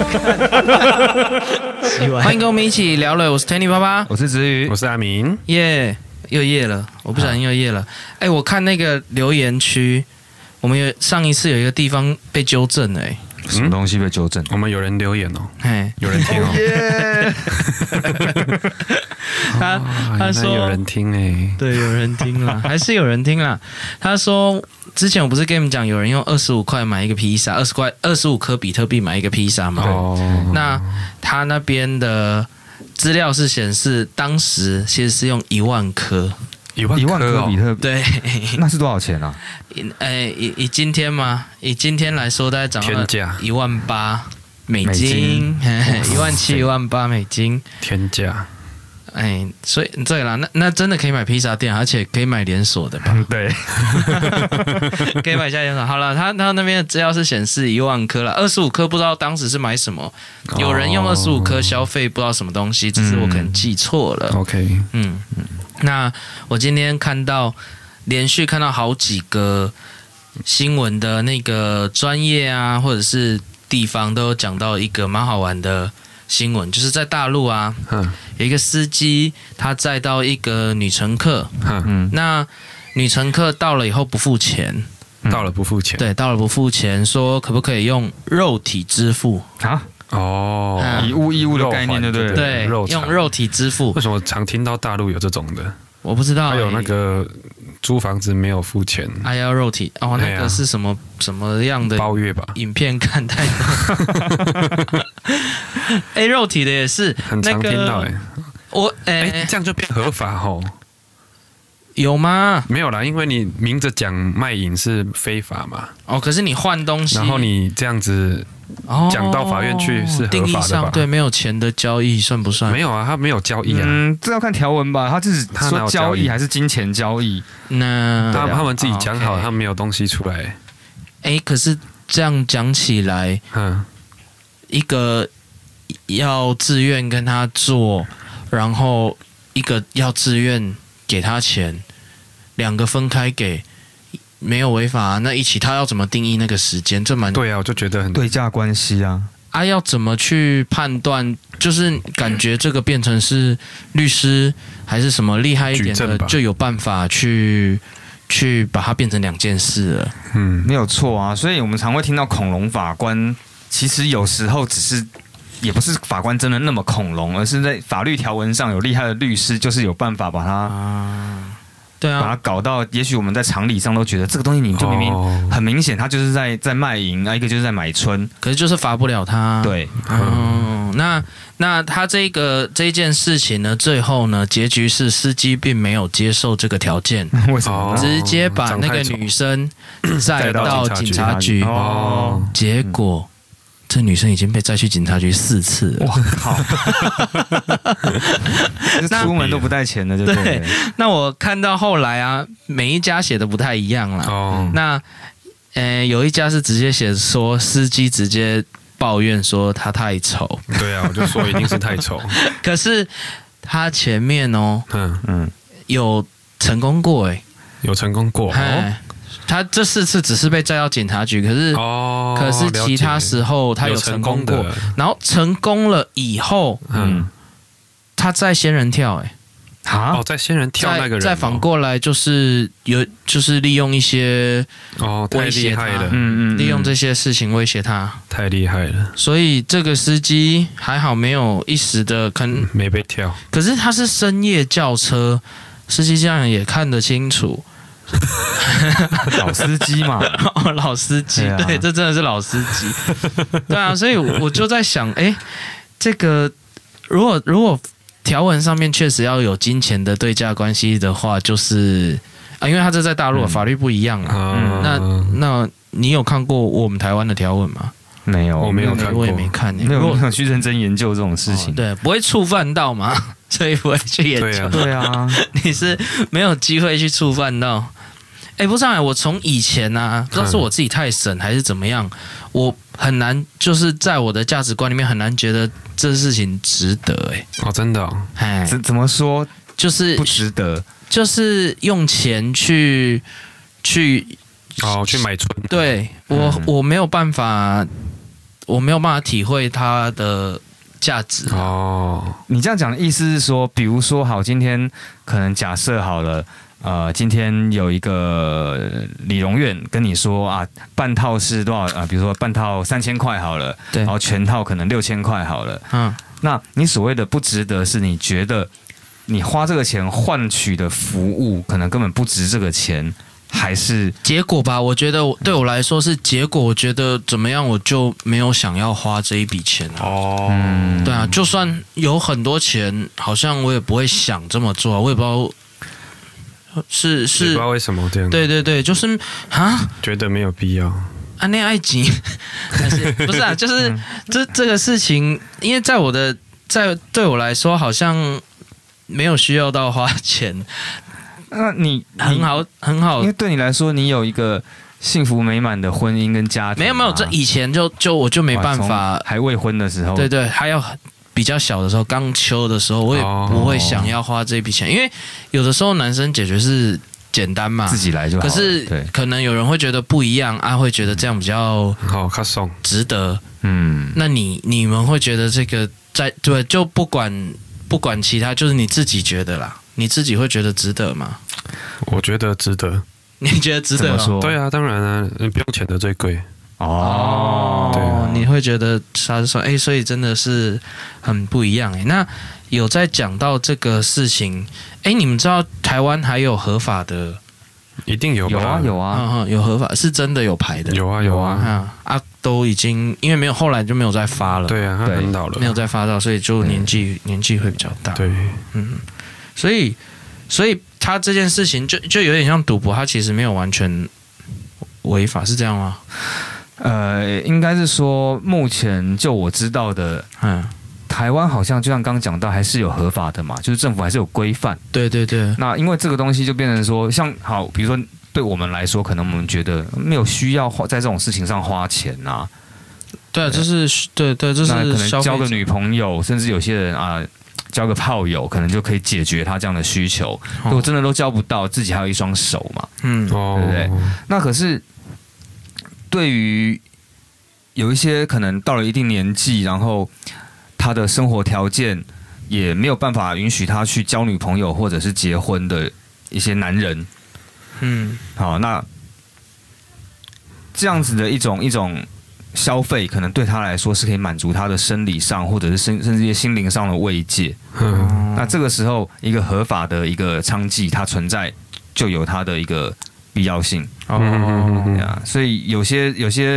欢迎跟我们一起聊了，我是 Tanny 爸爸， 我是子宇， 我是阿明， 耶、又夜了，我不小心又夜了。哎、我看那个留言区，我们上一次有一个地方被纠正了、 什么东西被纠正？ 我们有人留言哦， 哎， 有人听哦， 耶！ 他说有人听哎， 对，有人听了，还是有人听了。他说，之前我不是跟你们讲，有人用25块买一个披萨，25颗比特币买一个披萨嘛？ 哦， 那他那边的资料是显示，当时其实是用1万颗。 1万颗比特币， 对， 那是多少钱啊？ 以今天嘛，以今天来说，大概涨了天价 18000美金，17000、18000美金。 天价， 哎，所以对啦，那真的可以买披萨店，而且可以买连锁的吧？ 对， 可以买下连锁。好了，他那边的资料是显示1万颗了，25颗不知道当时是买什么，有人用25颗消费不知道什么东西，只是我可能记错了。 OK， 那我今天连续看到好几个新闻的那个专业啊，或者是地方都有讲到一个蛮好玩的新闻，就是在大陆啊，有一个司机他载到一个女乘客，那女乘客到了以后不付钱， 到了不付钱， 对，到了不付钱，说可不可以用肉体支付啊？ 哦， 以物易物的概念，对不对？ 对，用肉体支付。 为什么常听到大陆有这种的？ 我不知道、 还有那个租房子没有付钱， 还要肉体哦，那个是什么样的包月吧？ 影片看太多。哎，肉体的也是很常听到哎，这样就变合法吼？ 有吗？ 没有啦，因为你明着讲卖淫是非法嘛。 哦，可是你换东西， 然后你这样子讲到法院去是合定义法的吧？ 上对，没有钱的交易算不算？ 没有啊，他没有交易啊。 这要看条文吧，他是说交易还是金钱交易？ 那他们自己讲好，他们没有东西出来。 哎，可是这样讲起来，一个要自愿跟他做，然后一个要自愿给他钱，两个分开给。没有违法、啊，那一起他要怎么定义那个时间？这蛮对啊，我就觉得很对价关系啊。 要怎么去判断？就是感觉这个变成是律师还是什么厉害一点的，就有办法去把它变成两件事了。 没有错啊。所以我们常会听到恐龙法官，其实有时候也不是法官真的那么恐龙，而是在法律条文上有厉害的律师，就是有办法把它。 对啊， 把它搞到，也许我们在常理上都觉得这个东西，你就明明很明显，他就是在卖淫啊，一个就是在买春， 可是就是罚不了他。 对， 那他这一件事情呢，最后呢，结局是司机并没有接受这个条件， 为什么？ 直接把那个女生载到警察局，结果。这女生已经被载去警察局4次了。 我靠！出门都不带钱的，就对。 那我看到后来啊，每一家写的不太一样啦。那有一家是直接写说司机直接抱怨说他太丑。 对啊，我就说一定是太丑。 可是他前面有成功过有成功过。 他这4次只是被载到警察局，可是其他时候他有成功过，然后成功了以后，他在仙人跳在仙人跳那个人， 再反过来就是利用一些威胁他，利用这些事情威胁他， 太厉害了。 所以这个司机还好没有一时的没被跳， 可是他是深夜轿车，司机这样也看得清楚。 老司机嘛， 老司机，对，这真的是老司机，对啊，所以我就在想，这个如果条文上面确实要有金钱的对价关系的话，就是因为他这在大陆法律不一样啊。那你有看过我们台湾的条文吗？ 没有， 我没有看过， 我也没看， 没有去认真研究这种事情。 对，不会触犯到嘛，所以不会去研究。 对啊， 你是没有机会去触犯到。不是我从以前啊，不知道是我自己太省还是怎么样，我很难就是在我的价值观里面很难觉得这事情值得真的怎么说？ 就是不值得， 就是用钱去买春。 对我没有办法我没有办法体会它的价值。 你这样讲的意思是说，比如说好，今天可能假设好了。今天有一个理容院跟你说啊，半套是多少比如说半套3000块好了， 对， 然后全套可能6000块好了。那你所谓的不值得，是你觉得你花这个钱换取的服务可能根本不值这个钱，还是结果吧？我觉得对我来说是结果。我觉得怎么样，我就没有想要花这一笔钱对啊，就算有很多钱，好像我也不会想这么做。我也不知道。是， 不知道为什么这样。 对，就是觉得没有必要。 恋爱情，不是啊？就是这个事情，因为对我来说，好像没有需要到花钱。 那你很好， 因为对你来说，你有一个幸福美满的婚姻跟家庭。 没有，这以前我就没办法， 还未婚的时候， 对，还有。比较小的时候，刚秋的时候，我也不会想要花这笔钱，因为有的时候男生解决是简单嘛， 自己来就好了。 可是可能有人会觉得不一样啊，会觉得这样比较值得。那你们会觉得这个对，就不管其他，就是你自己觉得啦，你自己会觉得值得吗？ 我觉得值得。 你觉得值得？ 对啊，当然啊，不用钱的最贵。 对，你会觉得他是说，所以真的是很不一样那有在讲到这个事情，你们知道台湾还有合法的？ 一定有吧？ 有啊， 有合法，是真的有牌的。 有啊， 都已经因为没有，后来就没有再发了。 对啊，他很老了， 没有再发到，所以就年纪会比较大。 对， 所以他这件事情就有点像赌博，他其实没有完全违法，是这样吗？ 应该是说，目前就我知道的，台湾好像就像刚刚讲到，还是有合法的嘛，就是政府还是有规范。 对。 那因为这个东西就变成说，好，比如说对我们来说，可能我们觉得没有需要在这种事情上花钱啊。 对啊，这是对，这是可能交个女朋友，甚至有些人交个炮友，可能就可以解决他这样的需求。如果真的都交不到，自己还有一双手嘛，对不对？那可是。对于有一些可能到了一定年纪，然后他的生活条件也没有办法允许他去交女朋友或者是结婚的一些男人，好，那这样子的一种消费，可能对他来说是可以满足他的生理上或者是甚至一些心灵上的慰藉。那这个时候，一个合法的一个娼妓，它存在就有它的一个必要性。所以有些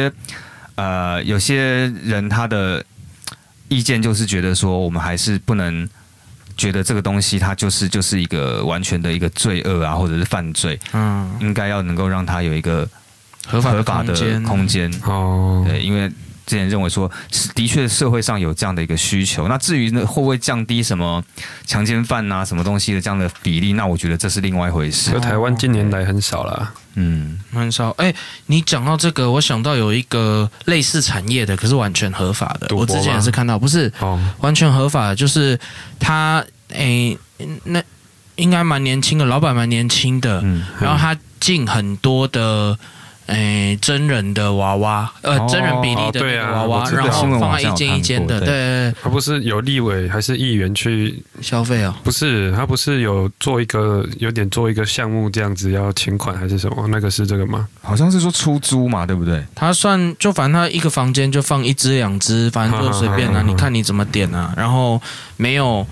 人他的意见就是觉得说，我们还是不能觉得这个东西它就是一个完全的一个罪恶啊，或者是犯罪。应该要能够让它有一个合法的空间。对，因为之前认为说，的确社会上有这样的一个需求。那至于会不会降低什么强奸犯啊、什么东西的这样的比例，那我觉得这是另外一回事。 台湾近年来很少啦， 很少。你讲到这个，我想到有一个类似产业的，可是完全合法的。我之前也是看到，不是完全合法的，就是他那应该蛮年轻的，老板蛮年轻的，然后他进很多的。真人的娃娃，真人比例的娃娃，然后放在一间一间的，对。 他不是有立委还是议员去消费不是，他不是有做一个项目这样子要请款还是什么？那个是这个吗？ 好像是说出租嘛，对不对？ 他算就反正他一个房间就放1只2只，反正就随便啊，你看你怎么点啊。然后没有，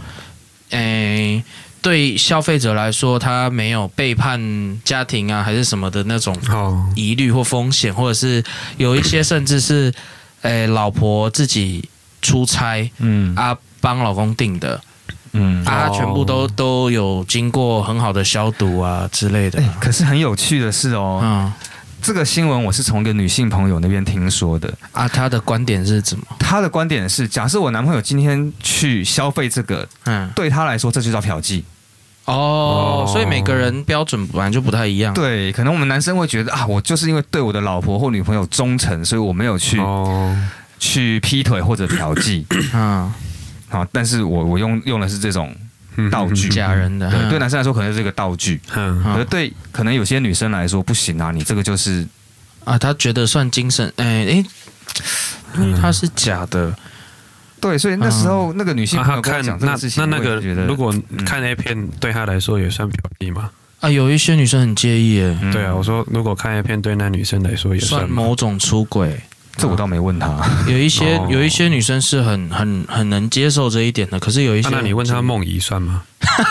对消费者来说，他没有背叛家庭啊，还是什么的那种疑虑或风险，或者是有一些甚至是，老婆自己出差，帮老公订的，全部都有经过很好的消毒啊之类的。 可是很有趣的是这个新闻我是从一个女性朋友那边听说的她的观点是怎么？ 她的观点是，假设我男朋友今天去消费这个，对他来说这就叫嫖妓。 所以每个人标准本来就不太一样。 对，可能我们男生会觉得我就是因为对我的老婆或女朋友忠诚，所以我没有去劈腿或者嫖妓。好，但是我用的是这种道具， 假人的。 对男生来说可能是这个道具，而对可能有些女生来说不行啊，你这个就是他觉得算精神， 因为它是假的。 对，所以那时候那个女性朋友跟我看讲这个事情， 那个我也觉得如果看 A 片对他来说也算嫖妓吗？ 啊，有一些女生很介意耶， 对啊，我说如果看 A 片对那女生来说也算吗？ 某种出轨。 这我倒没问他。 有一些女生是很能接受这一点的，可是有一些， 那你问她梦遗算吗？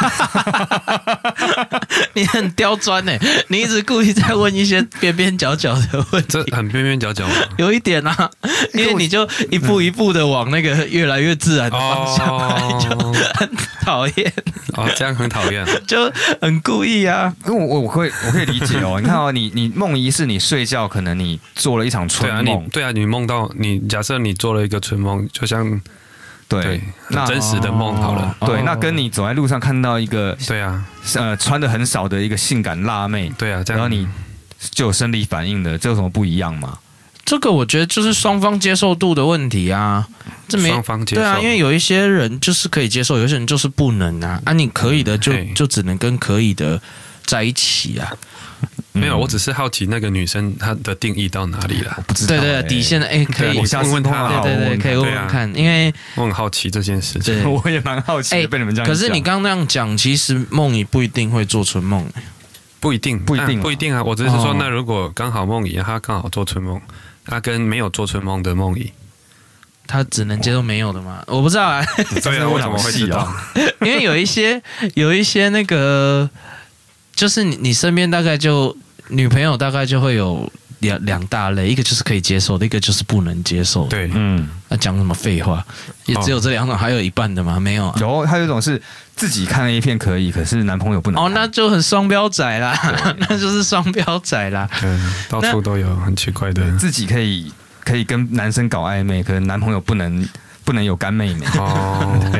你很刁钻呢，你一直故意在问一些边边角角的问题， 这很边边角角吗？ 有一点啊，因为你就一步一步的往那个越来越自然的方向来，就很讨厌。 哦，这样很讨厌， 就很故意啊。 因为我可以理解哦。你看哦，你梦遗是你睡觉，可能你做了一场春梦， 你梦到你假设你做了一个春梦，就像对很真实的梦好了。 对，那跟你走在路上看到一个对啊， 穿的很少的一个性感辣妹， 对啊，这样然后你就有生理反应的，这有什么不一样吗？ 这个我觉得就是双方接受度的问题啊，这没双方接受。 对啊，因为有一些人就是可以接受，有些人就是不能啊。啊，你可以的就只能跟可以的在一起啊。 没有，我只是好奇那个女生她的定义到哪里了？ 不知道对底线可以我下次问她， 对，可以问问看，因为我很好奇这件事情， 我也蛮好奇被你们这样讲。 可是你刚刚那样讲，其实梦遗不一定会做春梦， 不一定啊！我只是说，那如果刚好梦遗，他刚好做春梦，他跟没有做春梦的梦遗， 他只能接受没有的嘛？我不知道啊。 对啊，我怎么会知道？ 因为有一些那个，就是你身边大概就女朋友大概就会有两大类，一个就是可以接受的，一个就是不能接受的。 对， 那讲什么废话？也只有这两种，还有一半的吗？没有啊。 还有一种是自己看 A 片可以，可是男朋友不能。 哦，那就很双标仔啦，那就是双标仔啦。 到处都有很奇怪的， 自己可以跟男生搞暧昧，可是男朋友不能有干妹妹。 哦，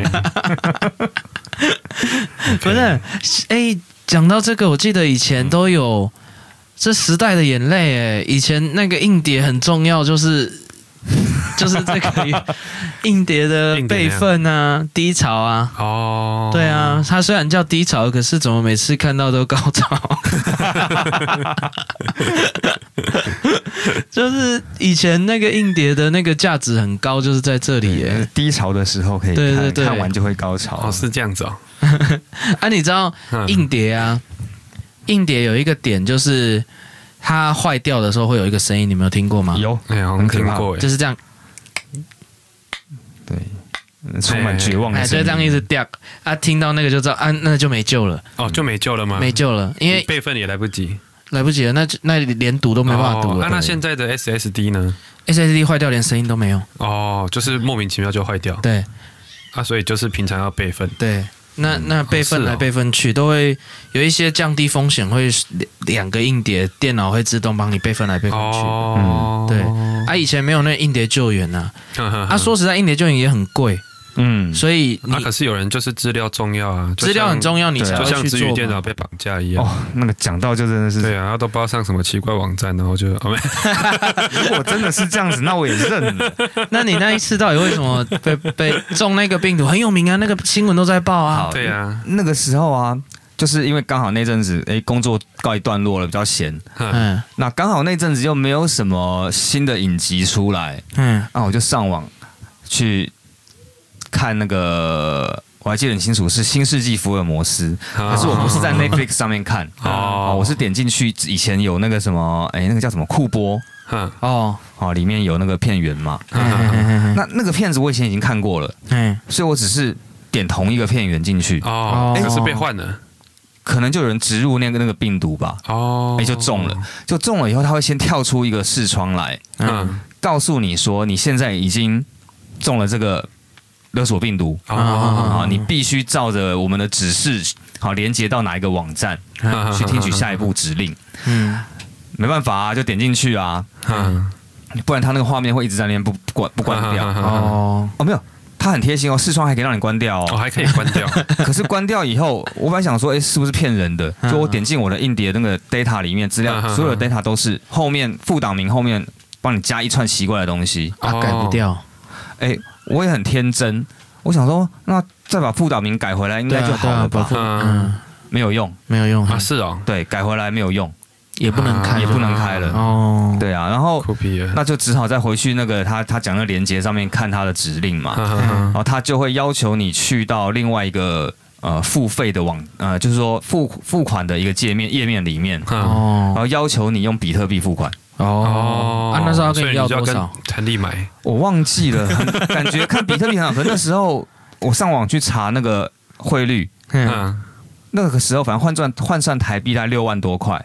不是，讲到这个，我记得以前都有这时代的眼泪，以前那个硬碟很重要，就是这个硬碟的备份啊，低潮啊。哦，对啊，它虽然叫低潮，可是怎么每次看到都高潮？就是以前那个硬碟的那个价值很高，就是在这里耶。 低潮的时候可以看，看完就会高潮。 哦，是这样子哦。 啊，你知道硬碟啊？硬碟有一个点就是它坏掉的时候会有一个声音，你没有听过吗？ 有， 很听过， 就是这样。 对，充满绝望的声音。 就这样一直掉啊，听到那个就知道啊，那就没救了。 哦，就没救了吗？ 没救了，因为备份也来不及。 来不及了，那连读都没办法读了。 那现在的 SSD 呢 ？SSD 坏掉，连声音都没有。 哦，就是莫名其妙就坏掉。 对， 所以就是平常要备份。 对，那备份来备份去，都会有一些降低风险，会两个硬碟，电脑会自动帮你备份来备份去。 哦， 对。以前没有那硬碟救援呐。说实在，硬碟救援也很贵。所以可是有人就是资料重要啊， 资料很重要，你才会去做。 就像至于电脑被绑架一样。 哦，那个讲到就真的是对啊，他都不知道上什么奇怪网站，然后就如果真的是这样子，那我也认了。 那你那一次到底为什么被中那个病毒很有名啊？那个新闻都在报啊。 对啊， 那个时候啊，就是因为刚好那阵子工作告一段落了，比较闲。那刚好那阵子又没有什么新的影集出来。那我就上网去看那个，我还记得很清楚，是《新世纪福尔摩斯》，可是我不是在 Netflix 上面看，我是点进去，以前有那个什么，那个叫什么酷播，里面有那个片源嘛，那个片子我以前已经看过了，所以我只是点同一个片源进去， 可是被换了。 可能就有人植入那个病毒吧，就中了以后，他会先跳出一个视窗来，告诉你说你现在已经中了这个勒索病毒，你必须照着我们的指示，连接到哪一个网站去听取下一步指令。没办法啊，就点进去啊，不然他那个画面会一直在那边不关掉。没有。它很贴心哦，视窗还可以让你关掉哦， 还可以关掉。 可是关掉以后，我本来想说，是不是骗人的？就我点进我的硬碟那个 data 里面资料，所有的 data 都是后面副档名后面帮你加一串奇怪的东西改不掉。 我也很天真，我想说，那再把副档名改回来应该就好了吧？没有用， 没有用啊！是哦， 对，改回来没有用。 也不能开了。 对啊，然后后那就只好再回去那个他讲的连结上面看他的指令嘛，然后他就会要求你去到另外一个付费的就是说付款的一个页面里面，然后要求你用比特币付款。 那时候要跟你要多少？ 陈立买， 我忘记了，感觉看比特币很好，可那时候我上网去查那个汇率，那个时候反正换算台币大概6万多块。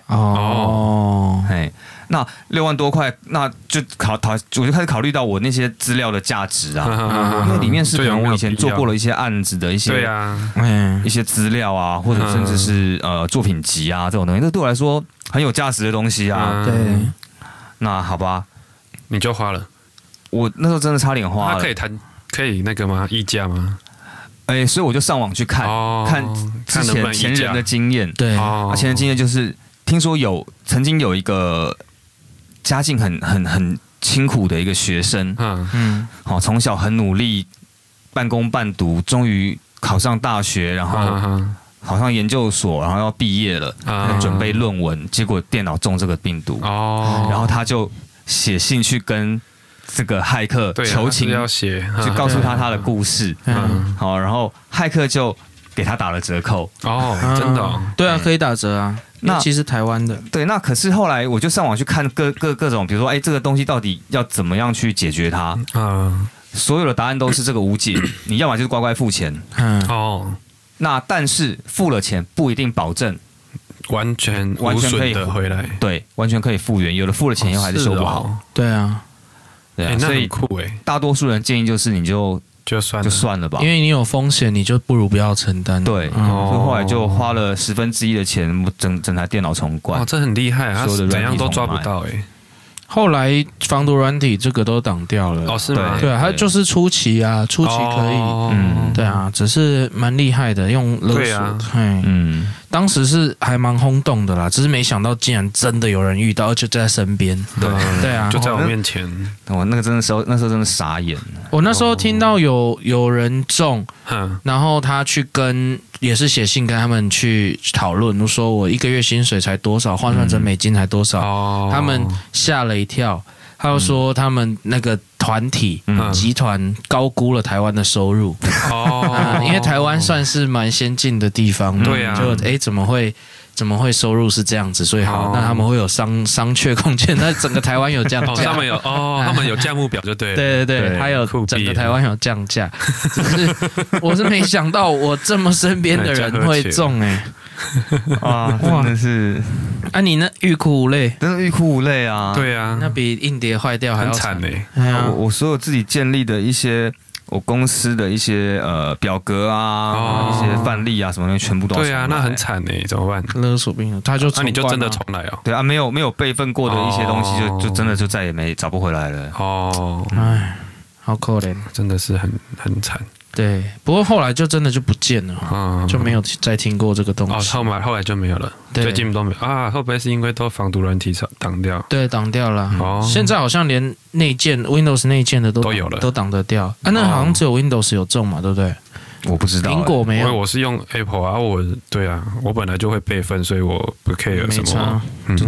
那6万多块，那就我就开始考虑到我那些资料的价值啊，因为里面是可能我以前做过了一些案子的一些一些资料啊，或者甚至是作品集啊这种东西，这对我来说很有价值的东西啊。 对， 那好吧， 你就花了。 我那时候真的差点花了。 他可以那个吗？议价吗？ 所以我就上网去看之前人的经验。 对， 前人经验就是听说曾经有一个家境很清苦的一个学生，从小很努力，半工半读，终于考上大学，然后考上研究所，然后要毕业了，准备论文，结果电脑中这个病毒，然后他就写信去跟这个骇客求情，去告诉他的故事，然后骇客就给他打了折扣。 真的对啊，可以打折啊。那其实台湾的对，那可是后来我就上网去看各种，比如说这个东西到底要怎么样去解决它，所有的答案都是这个无解，你要么就是乖乖付钱，那但是付了钱不一定保证完全可以回来， 对，完全可以复原，有的付了钱以后还是修不好。 对啊， 所以大多数人建议就是你就算了吧， 因为你有风险，你就不如不要承担。 对，所以后来就花了1/10的钱，整台电脑重灌。 这很厉害，他怎样都抓不到后来防毒软体这个都挡掉了。 是吗？ 对，它就是初期可以，对啊，只是蛮厉害的，用勒索。当时是还蛮轰动的啦，只是没想到竟然真的有人遇到，而且就在身边。对啊， 就在我面前。 那个那时候真的傻眼。 我那时候听到有人中，然后他去也是写信跟他们去讨论，说我1个月薪水才多少，换算成美金才多少，他们吓了一跳。他又说他们那个团体集团高估了台湾的收入，因为台湾算是蛮先进的地方， 对啊， 就怎么会收入是这样子？所以好，那他们会有商榷空间。那整个台湾有降价， 他们有价目表就对了。 对，还有整个台湾有降价，只是我是没想到我这么身边的人会中真的是你那欲哭无泪， 真的欲哭无泪啊！ 对啊， 那比硬碟坏掉还要惨我所有自己建立的一些我公司的一些表格啊，一些范例啊什么的，全部都对啊，那很惨怎么办？ 勒索病人，他就你就真的重来对啊，没有备份过的一些东西，就真的就再也找不回来了。 好可怜， 真的是很惨。 对，不过后来就真的就不见了，就没有再听过这个东西。 后来就没有了，最近都没有啊。会不会是因为都防毒软体挡掉？ 对，挡掉了。现在好像连内建 Windows 内建的都有了，都挡得掉。那好像只有 Windows 有中嘛，对不对？ 我不知道， 苹果没有。 我是用 Apple 啊，我本来就会备份，所以我不 care 什么。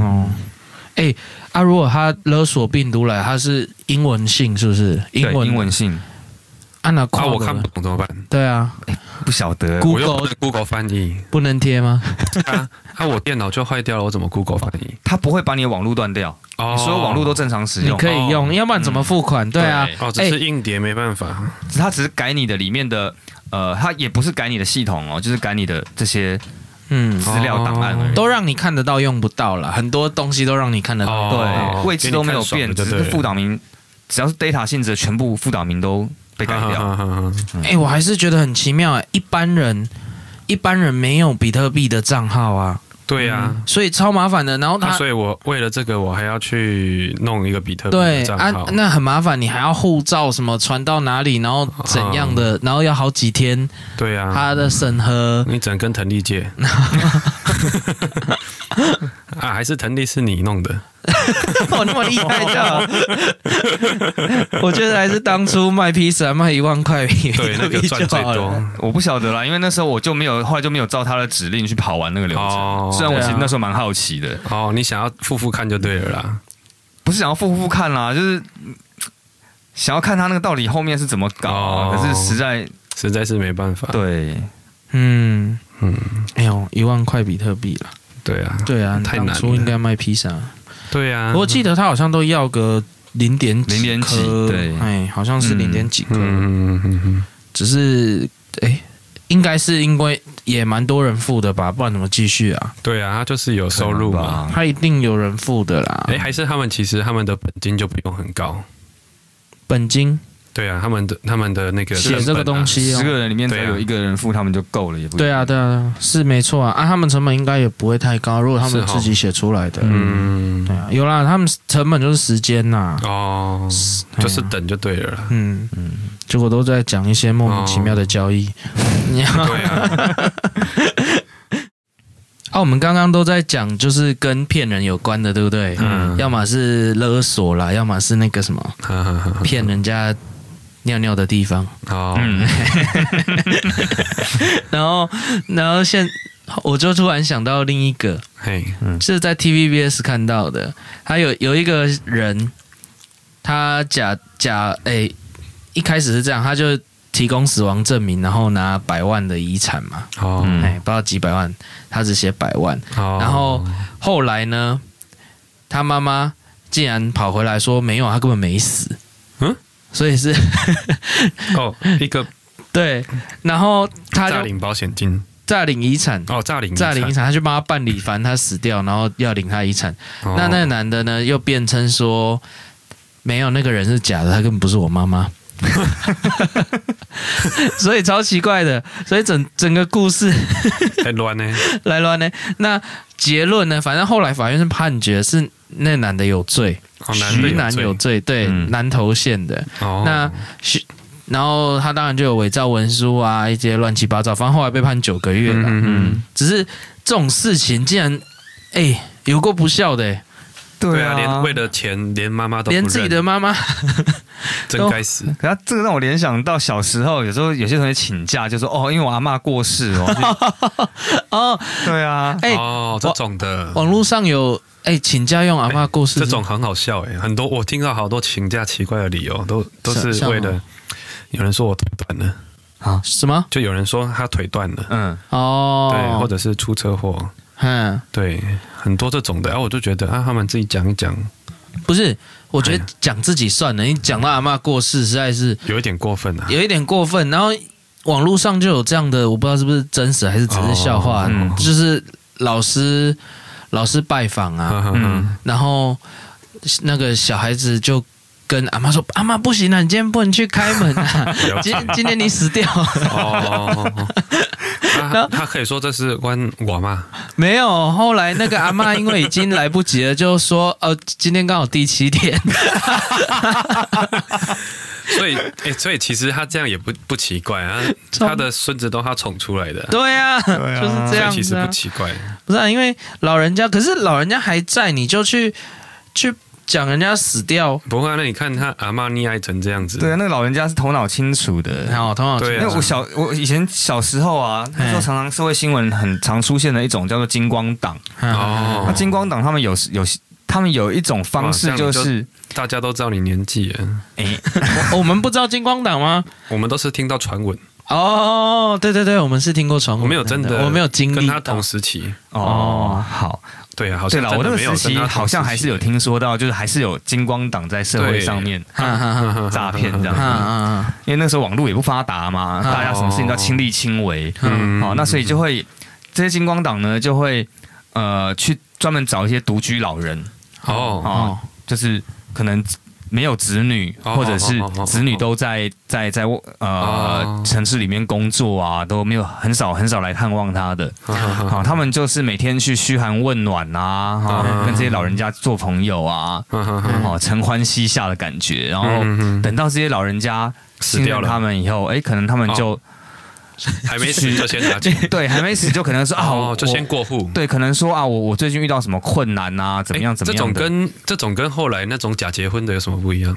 如果他勒索病毒来，他是英文信是不是？ 英文信。 我看不懂怎么办？ 对啊， 不晓得。 我用 Google 翻译不能贴吗？ 我电脑就坏掉了，我怎么 Google 翻译？ 它不会把你的网络断掉，你所有网络都正常使用， 你可以用，要不然怎么付款？对啊， 只是硬碟没办法， 它只是改你的里面的它也不是改你的系统就是改你的这些资料档案而已， 都让你看得到，用不到了，很多东西都让你看得到， 对，位置都没有变，只是副档名，只要是 data 性质的全部副档名都被改掉。 我还是觉得很奇妙一般人没有比特币的账号啊。 对啊， 所以超麻烦的。然后所以我为了这个，我还要去弄一个比特币的账号。 那很麻烦，你还要护照什么传到哪里，然后怎样的，然后要好几天。 对啊， 他的审核， 你只能跟腾力借。还是腾力是你弄的？ 我那么厉害的，我觉得还是当初卖披萨卖1万块比特币就好了。 我不晓得啦，因为那时候我就没有，后来就没有照他的指令去跑完那个流程。虽然我其实那时候蛮好奇的。 你想要付看就对了啦。 不是想要复看啦，就是想要看他那个到底后面是怎么搞，可是实在是没办法。 对， 哎呦，1万块比特币了。 对啊， 对啊， 太难了。 当初应该卖披萨。 对啊， 我记得他好像都要个0点几颗， 对， 哎，好像是0点几颗。只是应该是因为也蛮多人付的吧，不然怎么继续啊？ 对啊，他就是有收入嘛， 他一定有人付的啦。 还是其实他们的本金就不用很高， 本金。 对啊，他们的那个写这个东西 10个人里面只有1个人付，他们就够了，也不对啊，对啊，是没错啊。他们成本应该也不会太高，如果他们自己写出来的，对啊，有啦，他们成本就是时间呐， 就是等就对了啦， 结果都在讲一些莫名其妙的交易，对啊。 我们刚刚都在讲，就是跟骗人有关的，对不对？要么是勒索啦，要么是那个什么骗人家尿尿的地方。然后我就突然想到另一个，是在 TVBS 看到的，他有一个人，他一开始是这样，他就提供死亡证明，然后拿100万的遗产嘛，不知道几百万，他只写100万，然后后来呢，他妈妈竟然跑回来说没有，他根本没死，所以是一个对，然后他就诈领保险金， 诈领遗产诈领遗产，他去帮他办理，反正他死掉，然后要领他遗产，那个男的呢又辩称说没有，那个人是假的，他根本不是我妈妈。所以超奇怪的，所以整个故事来乱呢。那结论呢？反正后来法院是判决是那男的有罪，徐男有罪，对，南投县的。那然后他当然就有伪造文书啊，一些乱七八糟，反正后来被判9个月了。只是这种事情竟然有够不孝的。 对啊，连为了钱，连妈妈都不认， 连自己的妈妈真该死。 可他这个让我联想到小时候，有时候有些同学请假就说因为我阿嬷过世对啊， 这种的网络上有请假用阿嬷过世， 这种很好笑很多我听到好多请假奇怪的理由，都是为了有人说我腿断了什么？ 就有人说他腿断了，对，或者是出车祸。对，很多这种的，我就觉得他们自己讲一讲， 不是，我觉得讲自己算了，你讲到阿嬷过世，实在是有一点过分啊， 有一点过分。然后网络上就有这样的，我不知道是不是真实还是只是笑话，就是老师拜访啊，然后那个小孩子就跟阿嬷说：“阿嬷不行啊，你今天不能去开门啊，今天你死掉了。” 他可以说这是关我吗？ 没有，后来那个阿嬷因为已经来不及了，就说今天刚好第7天。 所以其实他这样也不奇怪啊，他的孙子都他宠出来的。 对啊，就是这样子啊， 其实不奇怪。 不是因为老人家，可是老人家还在，你就去讲人家死掉。 不会，那你看他阿嬷溺爱成这样子。 对，那个老人家是头脑清楚的， 头脑清楚。 因为我以前小时候啊，那时候常常社会新闻很常出现的一种叫做金光党。那金光党他们有一种方式，就是大家都知道你年纪了。 我们不知道金光党吗？ 我们都是听到传闻。 对，我们是听过传闻， 我没有真的， 我没有经历跟他同时期。 好。 对啊，好像我那个时期好像还是有听说到，就是还是有金光党在社会上面诈骗这样子，因为那时候网络也不发达嘛，大家什么事情都要亲力亲为，那所以就会这些金光党呢就会去专门找一些独居老人，就是可能没有子女，或者是子女都在城市里面工作啊，都没有很少来探望他的。他们就是每天去嘘寒问暖啊，跟这些老人家做朋友啊，承欢膝下的感觉。然后等到这些老人家信任他们以后，可能他们就还没死就先拿钱， 对，还没死就可能说就先过户， 对，可能说我最近遇到什么困难啊，怎么样？ 这种跟后来那种假结婚的有什么不一样？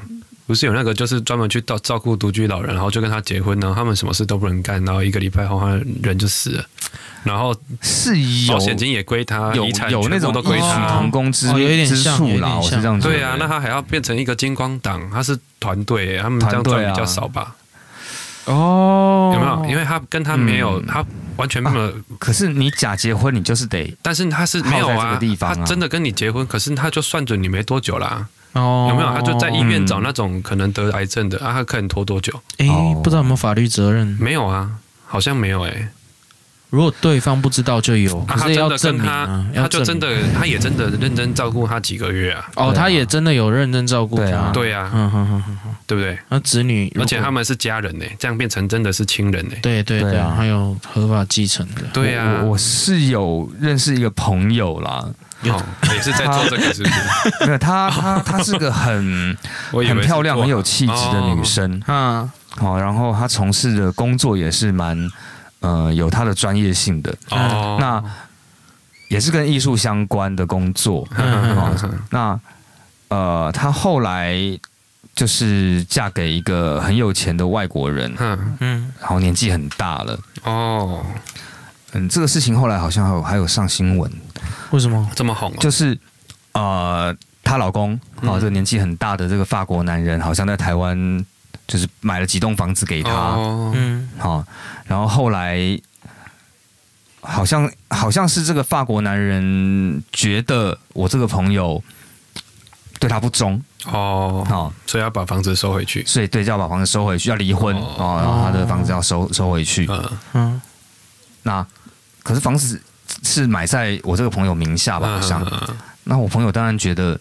不是有那个就是专门去照顾独居老人，然后就跟他结婚，然后他们什么事都不能干，然后1个礼拜后他人就死了，然后是有保险金也归他，遗产有那种都归他， 同工之处劳是这样子。 对啊，那他还要变成一个金光党，他是团队，他们这样赚比较少吧？有没有？因为他跟他没有，他完全没有。 可是你假结婚，你就是得， 但是他是没有啊，他真的跟你结婚，可是他就算准你没多久啦。有没有？他就在医院找那种可能得癌症的啊，他可能拖多久？ 不知道有没有法律责任？ 没有啊，好像没有如果对方不知道就有，可是要证明他就真的，他也真的认真照顾他几个月啊。 他也真的有认真照顾他。 对啊，对不对？ 那子女， 而且他们是家人呢，这样变成真的是亲人呢。 对啊，还有合法继承的。 对啊， 我是有认识一个朋友啦。 也是在做这个，是不是？ 没有，她是个很漂亮、很有气质的女生。然后她从事的工作也是蛮有她的专业性的。那也是跟艺术相关的工作。那她后来就是嫁给一个很有钱的外国人。然后年纪很大了。这个事情后来好像还有上新闻。 为什么这么红？ 就是她老公这个年纪很大的这个法国男人，好像在台湾就是买了几栋房子给她。然后后来好像是这个法国男人觉得我这个朋友对他不忠。 所以要把房子收回去。 所以对，就要把房子收回去，要离婚。然后他的房子要收回去。那可是房子是买在我这个朋友名下吧，好像。那我朋友当然觉得，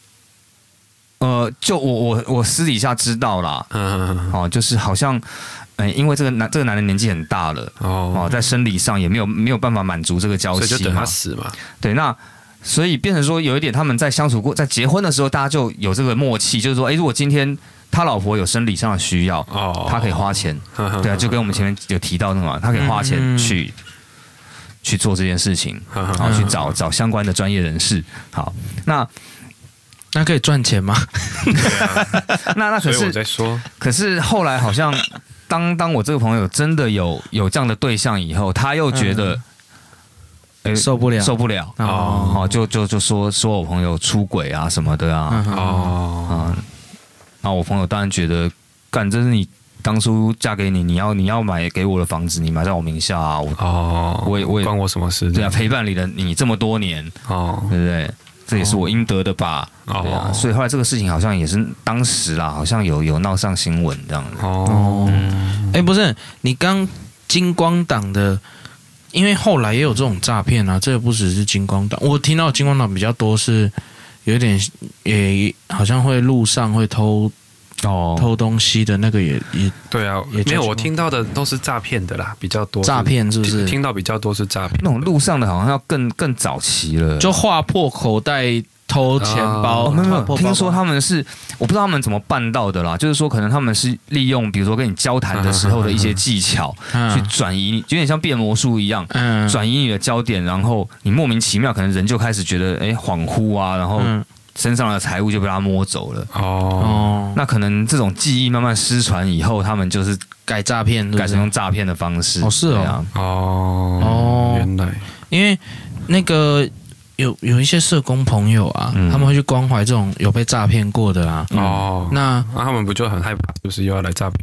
就我私底下知道啦。就是好像，因为这个男人年纪很大了。在生理上也没有办法满足这个娇妻嘛， 所以就等他死嘛。 对，那所以变成说有一点，他们在相处过，在结婚的时候，大家就有这个默契，就是说，如果今天他老婆有生理上的需要，他可以花钱。对啊，就跟我们前面有提到那个嘛，他可以花钱去做这件事情，然后去找相关的专业人士。好，那可以赚钱吗？ 那可是我在说， 可是后来好像当我这个朋友真的有这样的对象以后，他又觉得受不了， 就说我朋友出轨啊什么的啊。那我朋友当然觉得，干，这是你当初嫁给你要买给我的房子，你买在我名下啊。我也关我什么事？ 对啊，陪伴你的你这么多年，对不对？这也是我应得的吧？对啊，所以后来这个事情好像也是当时啦，好像有闹上新闻这样子。 不是，你刚金光党的，因为后来也有这种诈骗啊，这个不只是金光党，我听到金光党比较多是有点也好像会路上会偷东西的那个也对啊，没有，我听到的都是诈骗的啦，比较多诈骗是不是？ 听到比较多是诈骗， 那种路上的好像要更早期了， 就划破口袋偷钱包。 没有，听说他们是我不知道他们怎么办到的啦，就是说可能他们是利用比如说跟你交谈的时候的一些技巧去转移，有点像变魔术一样，转移你的焦点，然后你莫名其妙可能人就开始觉得恍惚啊，然后身上的财物就被他摸走了。那可能这种记忆慢慢失传以后，他们就是改诈骗， 改成用诈骗的方式。 是原来因为那个有一些社工朋友啊，他们会去关怀这种有被诈骗过的啊。那他们不就很害怕，就是又要来诈骗？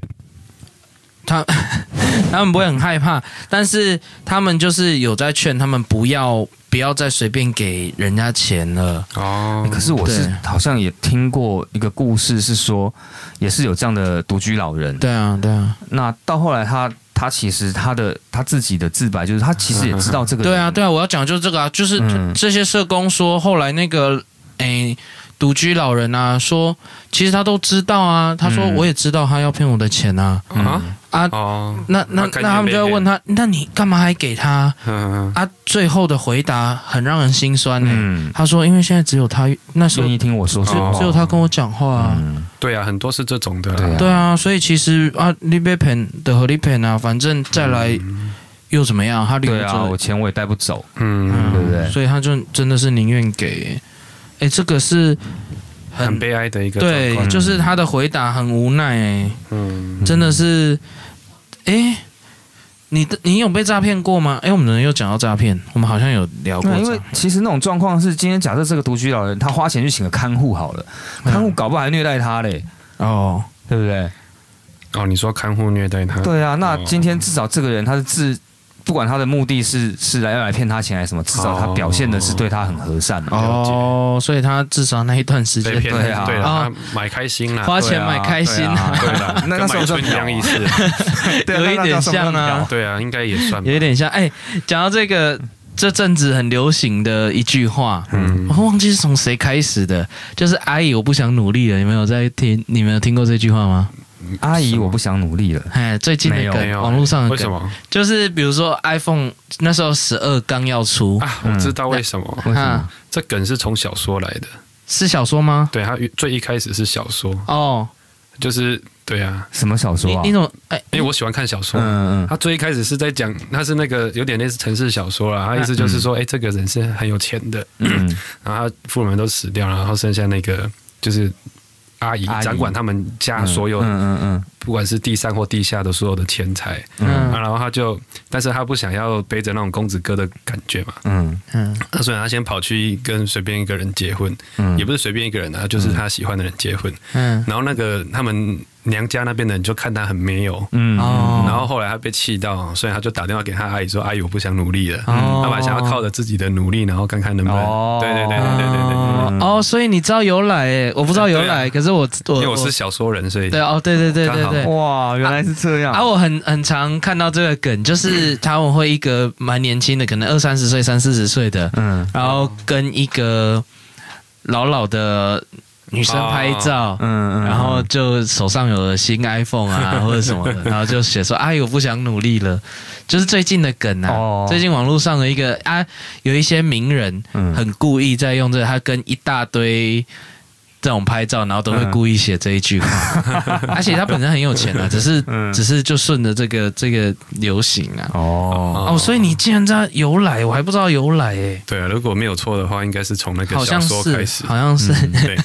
他们不会很害怕，但是他们就是有在劝他们不要再随便给人家钱了。 可是我是好像也听过一个故事，是说也是有这样的独居老人。 对啊。 那到后来他其实他自己的自白就是他其实也知道这个。 对啊，我要讲的就是这个啊，就是这些社工说后来那个独居老人啊，说其实他都知道啊。他说我也知道他要骗我的钱啊。那他们就会问他，那你干嘛还给他？最后的回答很让人心酸他说，因为现在只有他那时候愿意听我说话， 只有他跟我讲话对啊，很多是这种的。 对啊，所以其实你被骗的和你骗啊，反正再来又怎么样？他对啊，我钱我也带不走，对不对？ 所以他就真的是宁愿给。这个是很悲哀的一个对，就是他的回答很无奈真的是，你有被诈骗过吗？我们又讲到诈骗，我们好像有聊过。 因为其实那种状况是，今天假设这个独居老人他花钱去请个看护好了，看护搞不好还虐待他嘞，对不对？ 你说看护虐待他？ 对啊，那今天至少这个人他是不管他的目的是来骗他钱还是什么，至少他表现的是对他很和善所以他至少那一段时间对啊，买开心啦， 花钱买开心对啦， 那时候春一样意思， 有一点像啊， 对啊，应该也算， 有一点像。讲到这个，这阵子很流行的一句话，我忘记是从谁开始的，就是阿姨我不想努力了，你们有在听？你们有听过这句话吗？ 阿姨，我不想努力了。 最近的梗，网络上的梗， 为什么？ 就是比如说 iPhone 那时候12刚要出我知道为什么。这梗是从小说来的， 是小说吗？ 对，它最一开始是小说就是对啊， 什么小说啊？ 你怎么因为我喜欢看小说，他最一开始是在讲，他是那个有点类似城市小说啦，他意思就是说，这个人是很有钱的，然后他父母们都死掉了，然后剩下那个就是阿姨掌管他们家所有，不管是地上或地下的所有的钱财，然后他就，但是他不想要背着那种公子哥的感觉嘛，那所以他先跑去跟随便一个人结婚，也不是随便一个人啊，就是他喜欢的人结婚，然后那个他们娘家那边的人就看他很没有，然后后来他被气到，所以他就打电话给他阿姨说：“阿姨，我不想努力了。”他本来想要靠着自己的努力，然后看看能不能，对。 所以你知道由来我不知道由来，可是因为我是小说人，所以对对， 哇，原来是这样。 我很常看到这个梗，就是他们会一个蛮年轻的，可能20-30岁、30-40岁的，然后跟一个老的女生拍照，然后就手上有了新 iPhone 啊或者什么的，然后就写说：“阿姨，我不想努力了。”就是最近的梗啊，最近网络上的一个有一些名人很故意在用这个，他跟一大堆这种拍照，然后都会故意写这一句话，而且他本身很有钱啊，只是就顺着这个流行啊。所以你竟然知道由来，我还不知道由来对啊，如果没有错的话，应该是从那个小说开始， 好像是。对。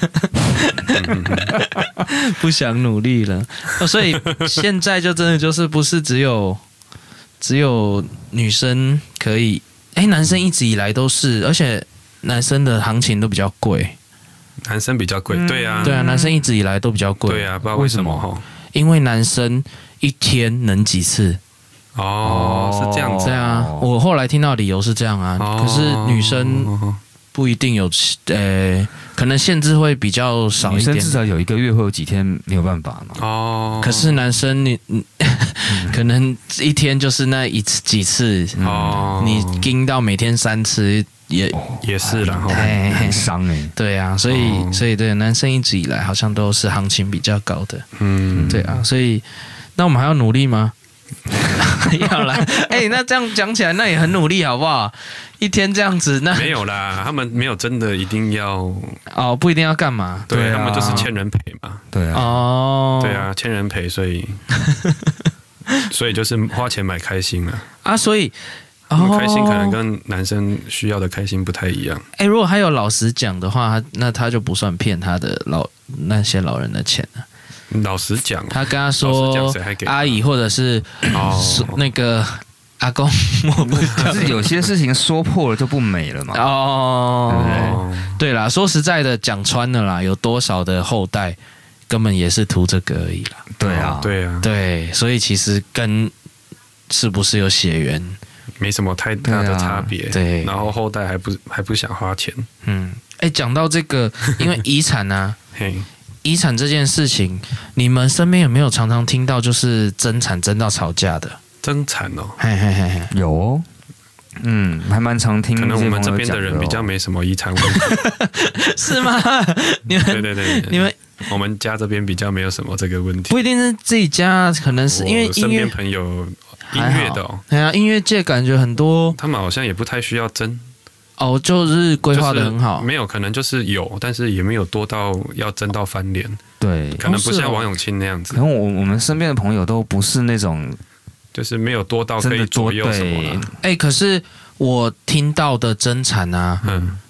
不想努力了，所以现在就真的就是不是只有女生可以，男生一直以来都是，而且男生的行情都比较贵。 男生比较贵，对啊， 男生一直以来都比较贵， 对啊，不知道为什么因为男生一天能几次？ 是这样子， 对啊，我后来听到理由是这样啊，可是女生不一定有，可能限制会比较少一点， 女生至少有1个月会有几天没有办法嘛。 可是男生你可能一天就是那几次，你盯到每天3次。 也是啦， 很伤对啊，所以对男生一直以来好像都是行情比较高的，对啊，所以那我们还要努力吗？要啦，那这样讲起来，那也很努力，好不好？一天这样子，那没有啦，他们没有真的一定要不一定要干嘛？ 对，他们就是欠人赔嘛， 对啊， 对啊，欠人赔，所以就是花钱买开心啊，所以。 开心可能跟男生需要的开心不太一样。 如果他有老实讲的话，那他就不算骗他的那些老人的钱了。 老实讲， 他跟他说阿姨或者是那个阿公， 可是有些事情说破了就不美了嘛。 对啦，说实在的，讲穿了啦，有多少的后代根本也是图这个而已啦。 对啊， 对，所以其实跟是不是有血缘？ 没什么太大的差别， 对， 然后后代还不想花钱， 讲到这个，因为遗产啊，遗产这件事情，你们身边有没有常常听到就是争产争到吵架的？ 争产有还蛮常听， 可能我们这边的人比较没什么遗产问题， 是吗？你们对，你们我们家这边比较没有什么这个问题， 不一定是自己家，可能是因为身边朋友。音乐的音乐界感觉很多， 他们好像也不太需要争就是规划的很好， 没有可能就是有，但是也没有多到要争到翻脸， 对， 可能不像王永庆那样子。 可能我们身边的朋友都不是那种， 就是没有多到可以左右什么的。 可是我听到的争产啊，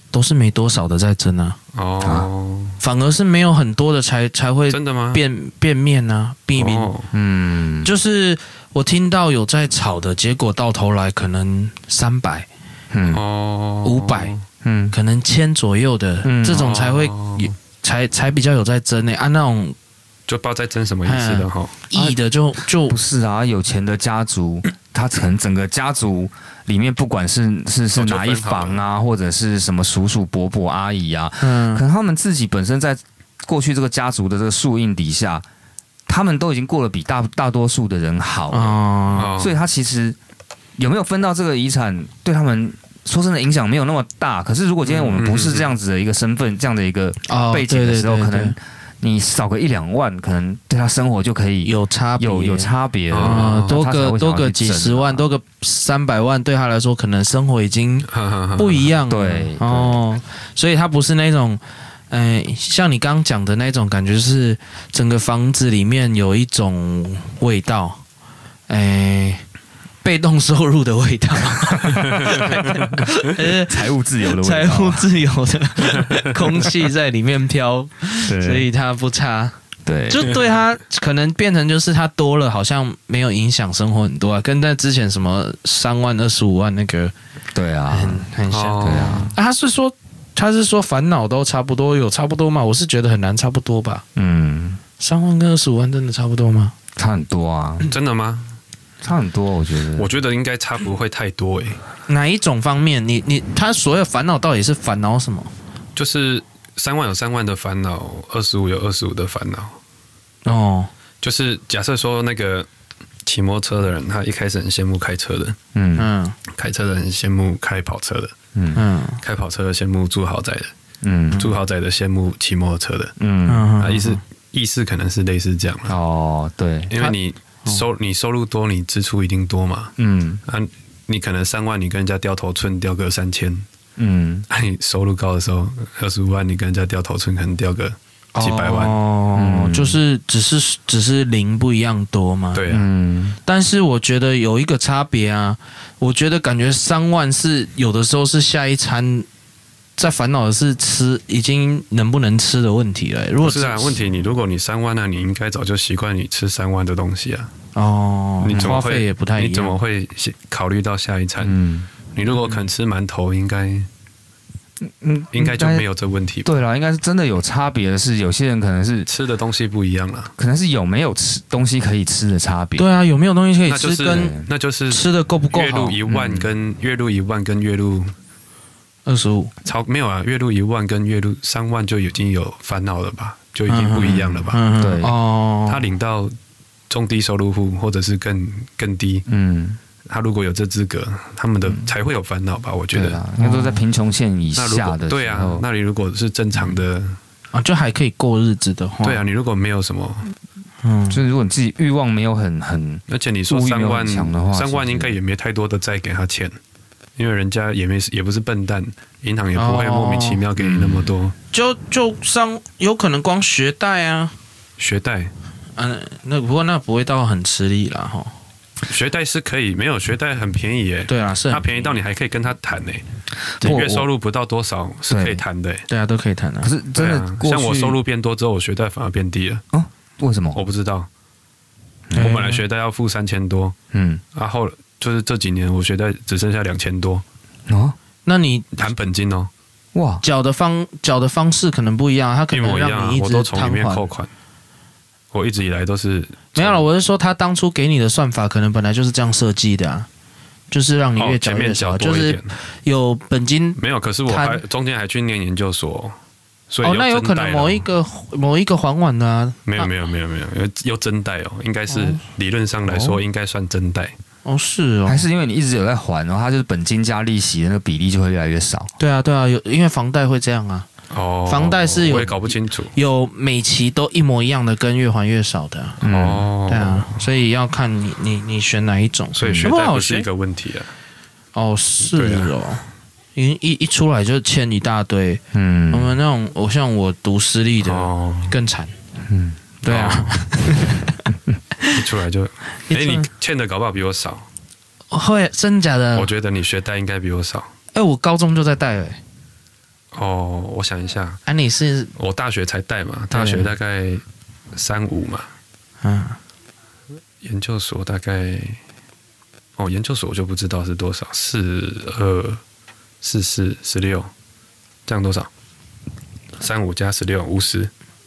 都是没多少的在争啊。 哦， 反而是没有很多的才会真的吗？ 变面啊，避免。就是我听到有在吵的，结果到头来可能300， 500，可能1000左右的，这种才会才比较有在争呢。那种就不知道在争什么意思的哈。 义的就不是啊，有钱的家族，他可能整个家族里面，不管是哪一房啊，或者是什么叔叔伯伯阿姨啊，可能他们自己本身在过去这个家族的这个树荫底下，他们都已经过得比大多数的人好了，所以他其实有没有分到这个遗产，对他们说真的影响没有那么大。可是如果今天我们不是这样子的一个身份，这样的一个背景的时候，可能你少个1-2万，可能对他生活就可以有差别了。 多个几十万，多个300万，对他来说可能生活已经不一样了。 对所以他不是那种。像你刚刚讲的那种感觉，是整个房子里面有一种味道，被动收入的味道， 财务自由的味道， 财务自由的空气在里面飘，所以它不差。 对， 就对他可能变成就是他多了，好像没有影响生活很多啊，跟在之前什么3万、25万那个， 对啊， 很像。 对啊， 他是说烦恼都差不多，有差不多吗？我是觉得很难差不多吧。3万跟25万真的差不多吗？ 差很多啊， 真的吗？ 差很多，我觉得应该差不会太多哪一种方面？他所有烦恼到底是烦恼什么？ 就是3万有3万的烦恼，25有25的烦恼。 哦， 就是假设说那个骑摩托车的人，他一开始很羡慕开车的，开车的很羡慕开跑车的，开跑车的羡慕住豪宅的，住豪宅的羡慕骑摩托车的，意思可能是类似这样啦。 哦，对， 因为你收入多，你支出一定多嘛。你可能3万，你跟人家掉头寸掉个3000。你收入高的时候，25万，你跟人家掉头寸可能掉个几百万。 就是只是零不一样多嘛。 对啊。 但是我觉得有一个差别啊，我觉得感觉3万是有的时候是下一餐。在烦恼的是吃已经能不能吃的问题了。如果是啊，问题如果你3万那你应该早就习惯你吃3万的东西啊。 你花费也不太一样， 你怎么会考虑到下一餐？你如果肯吃馒头，应该就没有这问题吧？ 对啦，应该是真的有差别的是，有些人可能是吃的东西不一样啦， 可能是有没有吃东西可以吃的差别。 对啊，有没有东西可以吃， 那就是吃的够不够好？ 月入1万跟月入 25 没有啊，月入1万跟月入3万就已经有烦恼了吧？就已经不一样了吧？ 对他领到中低收入户或者是更低，他如果有这资格，他们的才会有烦恼吧？我觉得应该都在贫穷线以下的。 对啊，那你如果是正常的就还可以过日子的话， 对啊，你如果没有什么， 就是如果你自己欲望没有很， 而且你说3万强的话，3万应该也没太多的债给他钱。因为人家也不是笨蛋，银行也不会莫名其妙给你那么多。 有可能光学贷啊， 学贷， 不过那不会到很吃力啦哈。 学贷是可以，没有学贷很便宜耶。 对啊，是它便宜到你还可以跟他谈呢。你月收入不到多少是可以谈的。 对啊，都可以谈啊。 可是真的， 像我收入变多之后，我学贷反而变低了。 为什么？ 我不知道。我本来学贷要付3000多，然后就是这几年我学贷只剩下2000多。 那你谈本金哦？ 哇，缴的方式可能不一样，他可能让你一直我都从里面扣款。我一直以来都是没有了。我是说，他当初给你的算法可能本来就是这样设计的啊，就是让你越缴越少，就是有本金没有。可是我还中间还去念研究所，所以那有可能某一个还完的啊。 没有，有真贷哦，应该是理论上来说应该算真贷。 是哦， 还是因为你一直有在还，然后它就是本金加利息的那个比例就会越来越少。 对啊，因为房贷会这样啊。房贷是有， 我也搞不清楚， 有每期都一模一样的，跟越还越少的。对啊，所以要看你选哪一种。 所以学贷不是一个问题啊。 是哦，一出来就欠一大堆。我们那种像我读私立的更惨。对啊。 一出来就，你欠的搞不好比我少。 会真假的？ 我觉得你学贷应该比我少。 我高中就在贷了。 我想一下， 你是我大学才带嘛，大学大概35嘛，研究所大概，研究所我就不知道是多少，42、44、16，这样多少？35加16 50。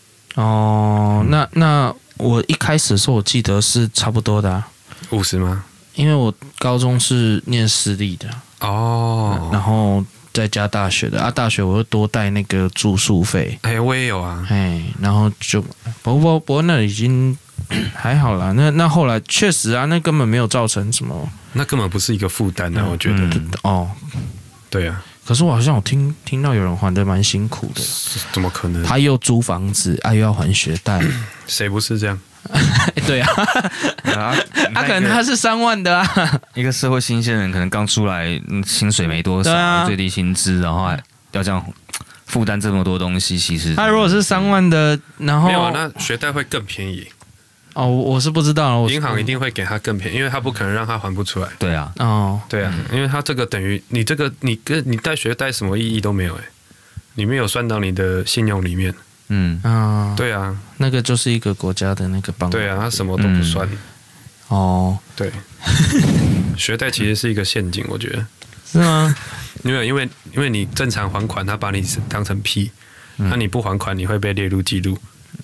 那我一开始的时候我记得是差不多的 50吗？ 因为我高中是念私立的然后再加大学的大学我又多带那个住宿费， 我也有啊， 然后就不过那已经还好啦，那后来确实那根本没有造成什么， 那根本不是一个负担我觉得对啊。 可是我好像有听到有人还得蛮辛苦的， 怎么可能？ 他又租房子又要还学贷， 谁不是这样？ 对啊，可能他是3万的一个社会新鲜人可能刚出来，薪水没多少，最低薪资，然后还要这样负担这么多东西，其实他如果是3万的，然后没有那学贷会更便宜。 我是不知道， 银行一定会给他更便宜，因为他不可能让他还不出来。 对啊， 对啊，因为他这个等于你这个你带学贷什么意义都没有你没有算到你的信用里面。对啊， 那个就是一个国家的那个帮助。 对啊，他什么都不算。对，学贷其实是一个陷阱，我觉得是吗？ 因为你正常还款，他把你当成屁，那你不还款，你会被列入记录。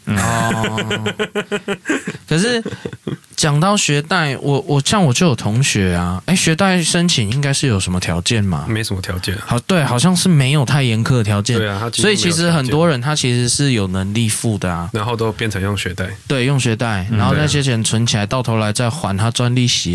可是讲到学贷，我就有同学学贷申请应该是有什么条件吗？ 没什么条件。 对，好像是没有太严苛的条件。 对啊， 所以其实很多人他其实是有能力付的然后都变成用学贷。 对，用学贷，然后那些钱存起来，到头来再还他赚利息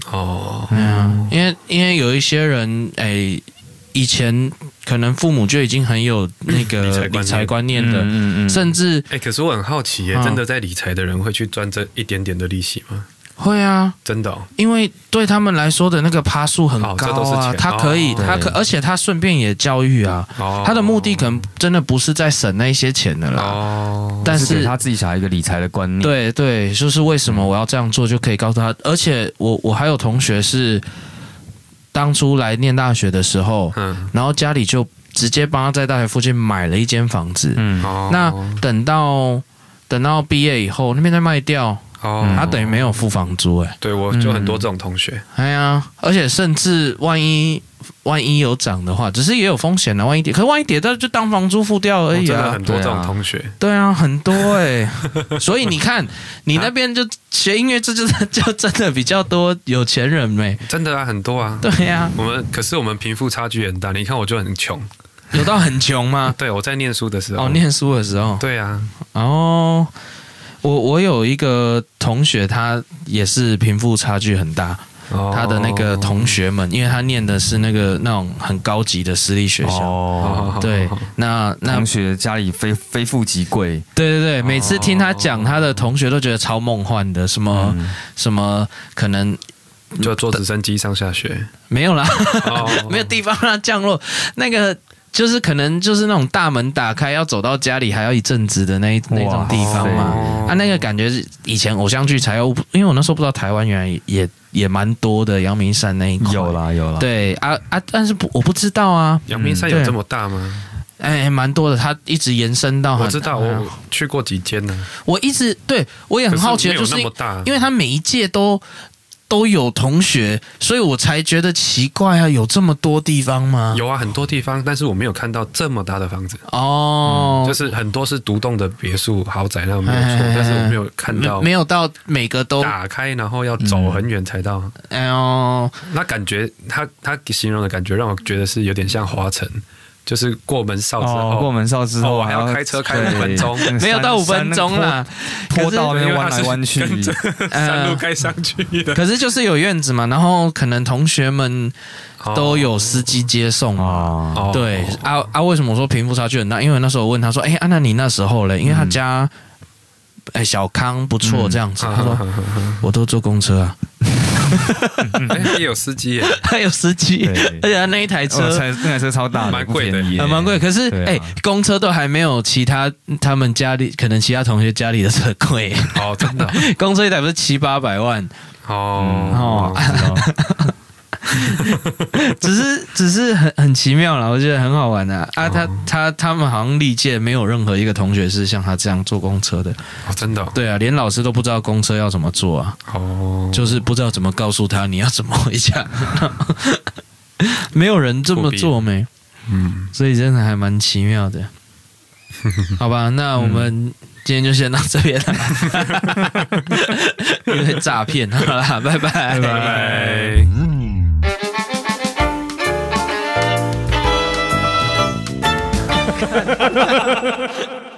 因为有一些人以前可能父母就已经很有那个理财观念的，甚至可是我很好奇真的在理财的人会去赚这一点点的利息吗？ 会啊， 真的因为对他们来说的那个趴数很高他可以，而且他顺便也教育他的目的可能真的不是在省那些钱的啦，但是给他自己小孩一个理财的观念。 对，就是为什么我要这样做，就可以告诉他。而且我还有同学是当初来念大学的时候，然后家里就直接帮他在大学附近买了一间房子，那等到毕业以后，那边再卖掉。他等于没有付房租对，我就很多这种同学。 而且甚至万一有涨的话，只是也有风险的，万一跌，可是万一跌到就当房租付掉而已真的很多这种同学。 对啊，很多所以你看，你那边就学音乐，这就真的比较多有钱人真的很多啊。 对啊， 可是我们贫富差距很大。你看我就很穷。 有到很穷吗？ 对，我在念书的时候。 念书的时候。 对啊。 我有一个同学，他也是贫富差距很大。他的那个同学们，因为他念的是那种很高级的私立学校。对，那同学家里非富即贵。 对，每次听他讲，他的同学都觉得超梦幻的，什么可能就坐直升机上下学， 没有啦，没有地方让他降落，那个。就是可能就是那种大门打开要走到家里还要一阵子的那种地方嘛，那个感觉是以前偶像剧才有，因为我那时候不知道台湾原来也蛮多的，阳明山那一块有啦， 对但是我不知道阳明山有这么大吗？ 蛮多的，它一直延伸到我知道，我去过几间呢。 我也很好奇，就是因为它每一届都有同学，所以我才觉得奇怪有这么多地方吗？ 有很多地方，但是我没有看到这么大的房子就是很多是独栋的别墅豪宅，那没有错，但是我没有看到， 没有到每个都打开，然后要走很远才到。那感觉他形容的感觉让我觉得是有点像华城。就是过门哨之后，还要开车开5分钟， 没有到5分钟啦， 坡道那边弯来弯去， 山路开上去的。 可是就是有院子嘛，然后可能同学们都有司机接送对为什么我说贫富差距很大？因为那时候我问他说，那你那时候嘞？因为他家小康不错这样子，他说我都坐公车也有司机耶， 他有司机，而且他那一台车， 那台车超大， 蛮贵的， 蛮贵。可是公车都还没有他们家里可能其他同学家里的车贵真的， 公车一台不是700-800万只是很奇妙啦，我觉得很好玩啊！他们好像历届没有任何一个同学是像他这样坐公车的真的。 对啊，连老师都不知道公车要怎么坐啊！就是不知道怎么告诉他你要怎么回家，没有人这么做没？所以真的还蛮奇妙的。好吧，那我们今天就先到这边了，因为诈骗，好啦，拜拜， 拜拜。